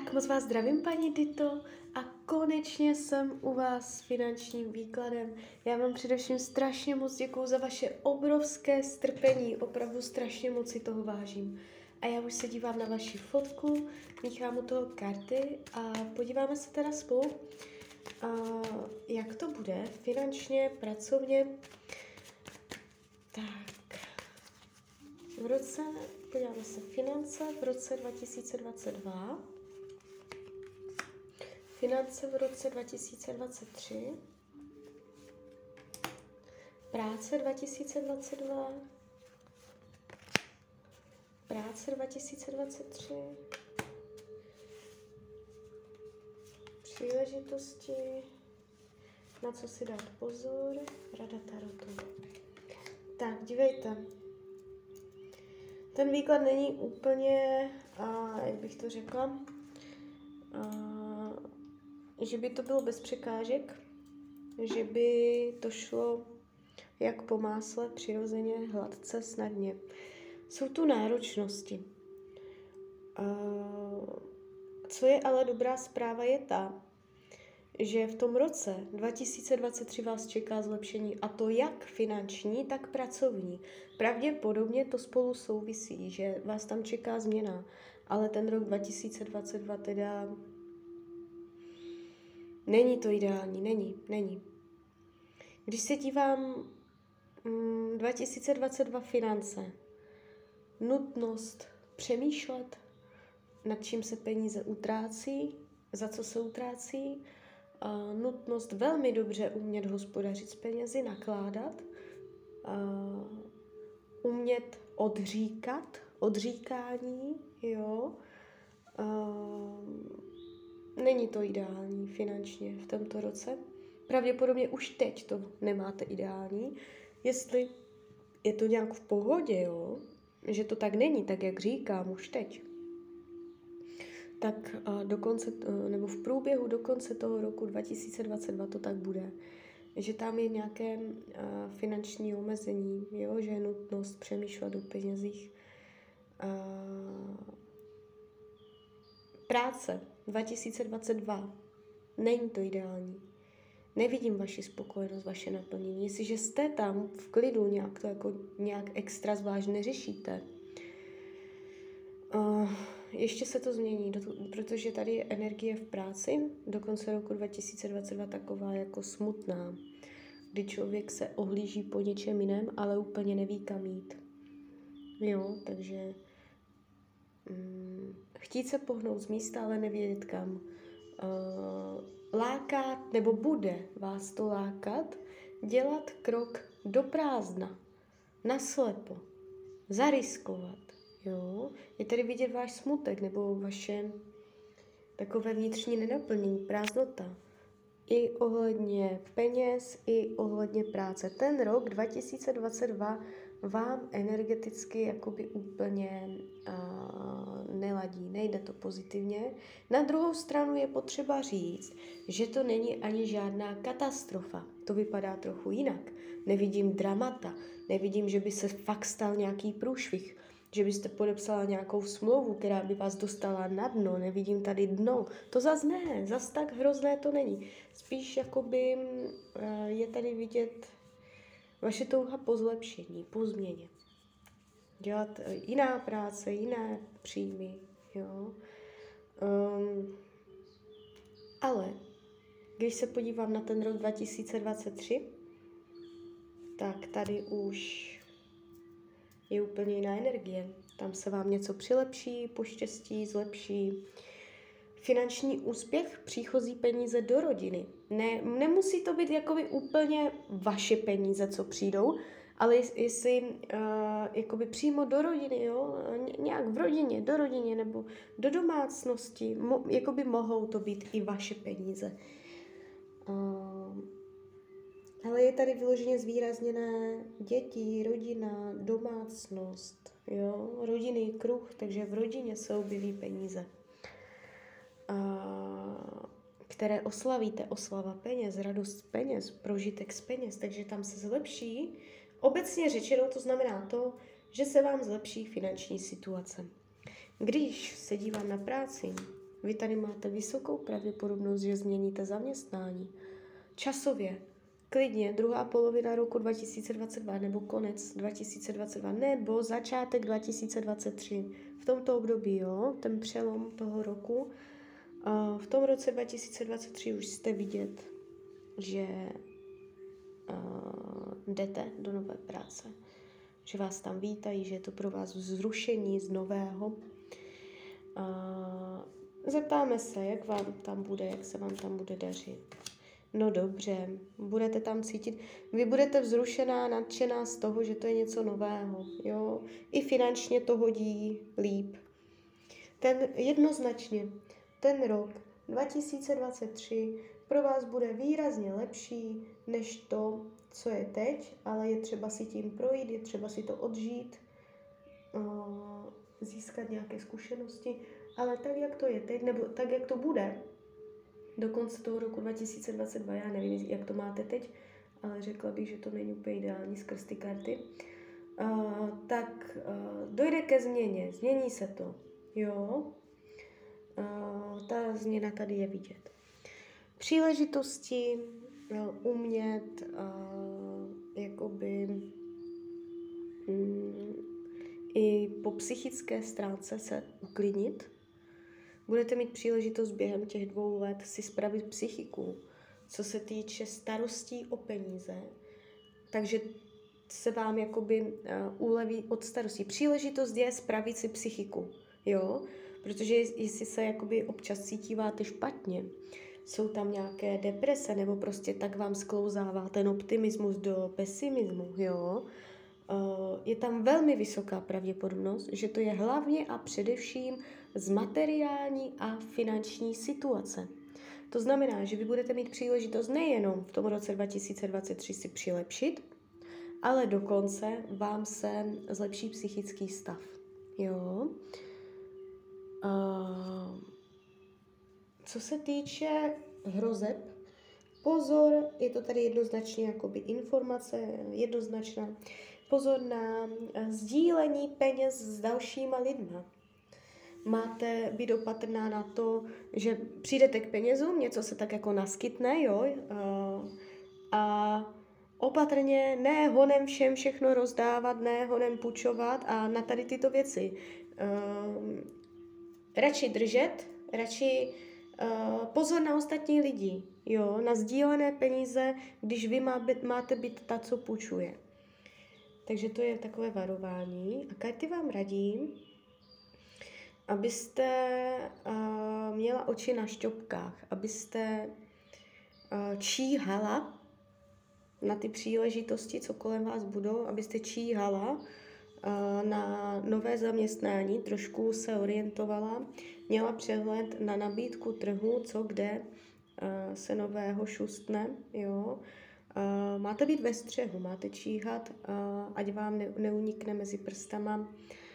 Tak moc vás zdravím, paní Dito, a konečně jsem u vás s finančním výkladem. Já vám především strašně moc děkuju za vaše obrovské strpení, opravdu strašně moc si toho vážím. A já už se dívám na vaši fotku, míchám u toho karty a podíváme se teda spolu, jak to bude finančně, pracovně. Tak, podíváme se finance v roce 2022. Finance v roce 2023, práce 2022, práce 2023, příležitosti, na co si dát pozor, rada tarotu. Tak, dívejte. Ten výklad není úplně, jak bych to řekla, že by to bylo bez překážek, že by to šlo jak po másle, přirozeně, hladce, snadně. Jsou tu náročnosti. Co je ale dobrá zpráva je ta, že v tom roce 2023 vás čeká zlepšení, a to jak finanční, tak pracovní. Pravděpodobně to spolu souvisí, že vás tam čeká změna, ale ten rok 2022 teda není to ideální, není. Když se dívám 2022 finance, nutnost přemýšlet, nad čím se peníze utrácí, za co se utrácí, nutnost velmi dobře umět hospodařit s penězi, nakládat, umět odříkání, jo. Není to ideální finančně v tomto roce. Pravděpodobně už teď to nemáte ideální. Jestli je to nějak v pohodě, jo, že to tak není, tak jak říkám už teď, tak nebo v průběhu do konce toho roku 2022 to tak bude. Že tam je nějaké finanční omezení, jo, že je nutnost přemýšlet o penězích. Práce 2022. Není to ideální. Nevidím vaši spokojenost, vaše naplnění. Jestliže jste tam v klidu, nějak to jako nějak extra zvlášť neřešíte, ještě se to změní, protože tady je energie v práci do konce roku 2022 taková jako smutná, kdy člověk se ohlíží po něčem jiném, ale úplně neví, kam jít. Jo, takže chtít se pohnout z místa, ale nevědět kam. Láká, nebo bude vás to lákat, dělat krok do prázdna, naslepo, zariskovat. Jo? Je tady vidět váš smutek nebo vaše takové vnitřní nenaplnění, prázdnota. I ohledně peněz, i ohledně práce. Ten rok 2022 vám energeticky jakoby úplně neladí, nejde to pozitivně. Na druhou stranu je potřeba říct, že to není ani žádná katastrofa. To vypadá trochu jinak. Nevidím dramata, nevidím, že by se fakt stal nějaký průšvih, že byste podepsala nějakou smlouvu, která by vás dostala na dno, nevidím tady dno. To zas ne, zas tak hrozné to není. Spíš jakoby je tady vidět vaše touha po zlepšení, po změně. Dělat jiná práce, jiné příjmy, jo. Ale když se podívám na ten rok 2023, tak tady už je úplně jiná energie. Tam se vám něco přilepší, poštěstí, zlepší. Finanční úspěch, příchozí peníze do rodiny. Nemusí to být jakoby úplně vaše peníze, co přijdou, ale jestli jakoby přímo do rodiny, jo, nějak v rodině, do rodiny nebo do domácnosti, jakoby mohou to být i vaše peníze. Ale je tady vyloženě zvýrazněné děti, rodina, domácnost, jo, rodinný kruh, takže v rodině se objeví peníze, které oslavíte, oslava peněz, radost z peněz, prožitek z peněz, takže tam se zlepší. Obecně řečeno to znamená to, že se vám zlepší finanční situace. Když se dívám na práci, Vy tady máte vysokou pravděpodobnost, že změníte zaměstnání. Časově, klidně druhá polovina roku 2022 nebo konec 2022 nebo začátek 2023. V tomto období, jo, ten přelom toho roku. V tom roce 2023 už jste vidět, že jdete do nové práce. Že vás tam vítají, že je to pro vás vzrušení z nového. Zeptáme se, jak vám tam bude, jak se vám tam bude dařit. No dobře, budete tam cítit, vy budete vzrušená, nadšená z toho, že to je něco nového, jo. I finančně to hodí líp. Jednoznačně, ten rok 2023 pro vás bude výrazně lepší než to, co je teď, ale je třeba si tím projít, je třeba si to odžít, získat nějaké zkušenosti, ale tak, jak to je teď, nebo tak, jak to bude do konce toho roku 2022, já nevím, jak to máte teď, ale řekla bych, že to není úplně ideální skrz ty karty, tak dojde ke změně, změní se to, jo. Ta změna tady je vidět. Příležitosti umět jakoby i po psychické stránce se uklidnit. Budete mít příležitost během těch 2 let si spravit psychiku, co se týče starostí o peníze. Takže se vám jakoby uleví od starostí. Příležitost je spravit si psychiku, jo? Protože jestli se jakoby občas cítíváte špatně, jsou tam nějaké deprese, nebo prostě tak vám sklouzává ten optimismus do pesimismu, jo? Je tam velmi vysoká pravděpodobnost, že to je hlavně a především z materiální a finanční situace. To znamená, že vy budete mít příležitost nejenom v tom roce 2023 si přilepšit, ale dokonce vám se zlepší psychický stav. Jo? Co se týče hrozeb, pozor, je to tady jednoznačně jakoby informace, jednoznačná. Pozor na sdílení peněz s dalšíma lidma. Máte být opatrná na to, že přijdete k penězům, něco se tak jako naskytne, jo, a opatrně, ne honem všem všechno rozdávat, ne honem půjčovat a na tady tyto věci. Radši držet, radši pozor na ostatní lidi, jo, na sdílené peníze, když vy máte být ta, co půjčuje. Takže to je takové varování. A karty vám radí, abyste měla oči na šťopkách, abyste číhala na ty příležitosti, co kolem vás budou, abyste číhala na nové zaměstnání, trošku se orientovala, měla přehled na nabídku trhu, co kde se nového šustne, jo. Máte být ve střehu, máte číhat, ať vám neunikne mezi prstama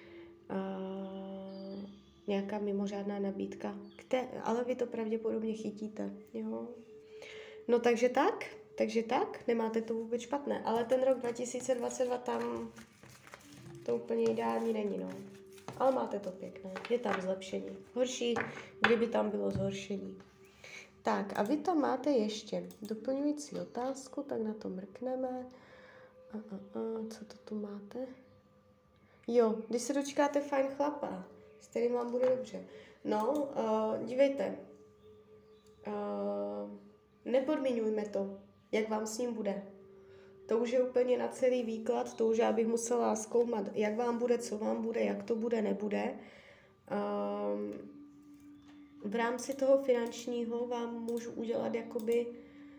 nějaká mimořádná nabídka, ale vy to pravděpodobně chytíte, jo. No takže tak, nemáte to vůbec špatné, ale ten rok 2022 tam to úplně ideální není, no. Ale máte to pěkné, je tam zlepšení. Horší, kdyby tam bylo zhoršení. Tak a vy tam máte ještě doplňující otázku, tak na to mrkneme. Co to tu máte? Jo, když se dočkáte fajn chlapa, s kterým vám bude dobře. No, dívejte, nepodmiňujme to, jak vám s ním bude. To už je úplně na celý výklad, to už já bych musela zkoumat, jak vám bude, co vám bude, jak to bude, nebude. V rámci toho finančního vám můžu udělat jakoby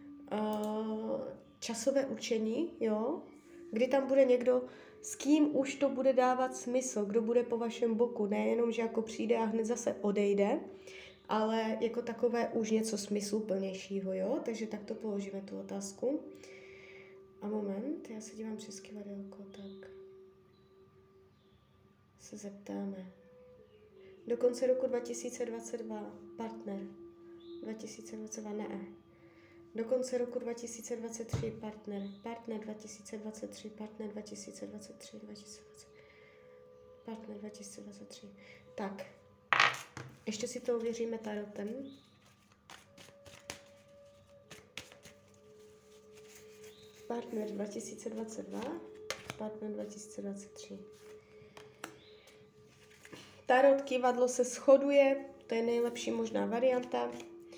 časové učení, jo? Kdy tam bude někdo, s kým už to bude dávat smysl, kdo bude po vašem boku, nejenom, že jako přijde a hned zase odejde, ale jako takové už něco smysluplnějšího, jo? Takže takto položíme tu otázku. A moment, já se dívám přes kivadelko, tak se zeptáme. Do konce roku 2022 partner, 2022 ne. Do konce roku 2023 partner 2023, partner 2023, partner 2023. Tak, Ještě si to ověříme tarotem. Partner 2022, partner 2023. Tarot kývadlo se shoduje, to je nejlepší možná varianta.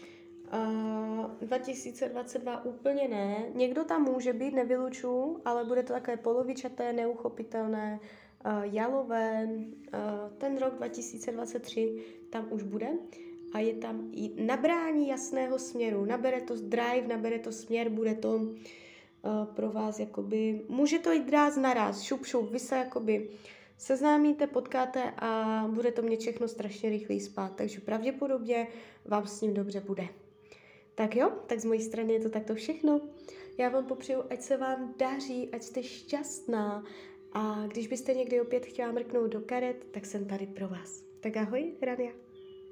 2022 úplně ne. Někdo tam může být, nevylučuju, ale bude to takové polovičaté, neuchopitelné, jalové. Ten rok 2023 tam už bude a je tam i nabrání jasného směru. Nabere to drive, nabere to směr, bude to pro vás jakoby, může to jít ráz na ráz, šup, vy se jakoby seznámíte, potkáte a bude to mít všechno strašně rychlý spát, takže pravděpodobně vám s ním dobře bude. Tak jo, tak z mojí strany je to takto všechno. Já vám popřeju, ať se vám daří, ať jste šťastná a když byste někdy opět chtěla mrknout do karet, tak jsem tady pro vás. Tak ahoj, Rania.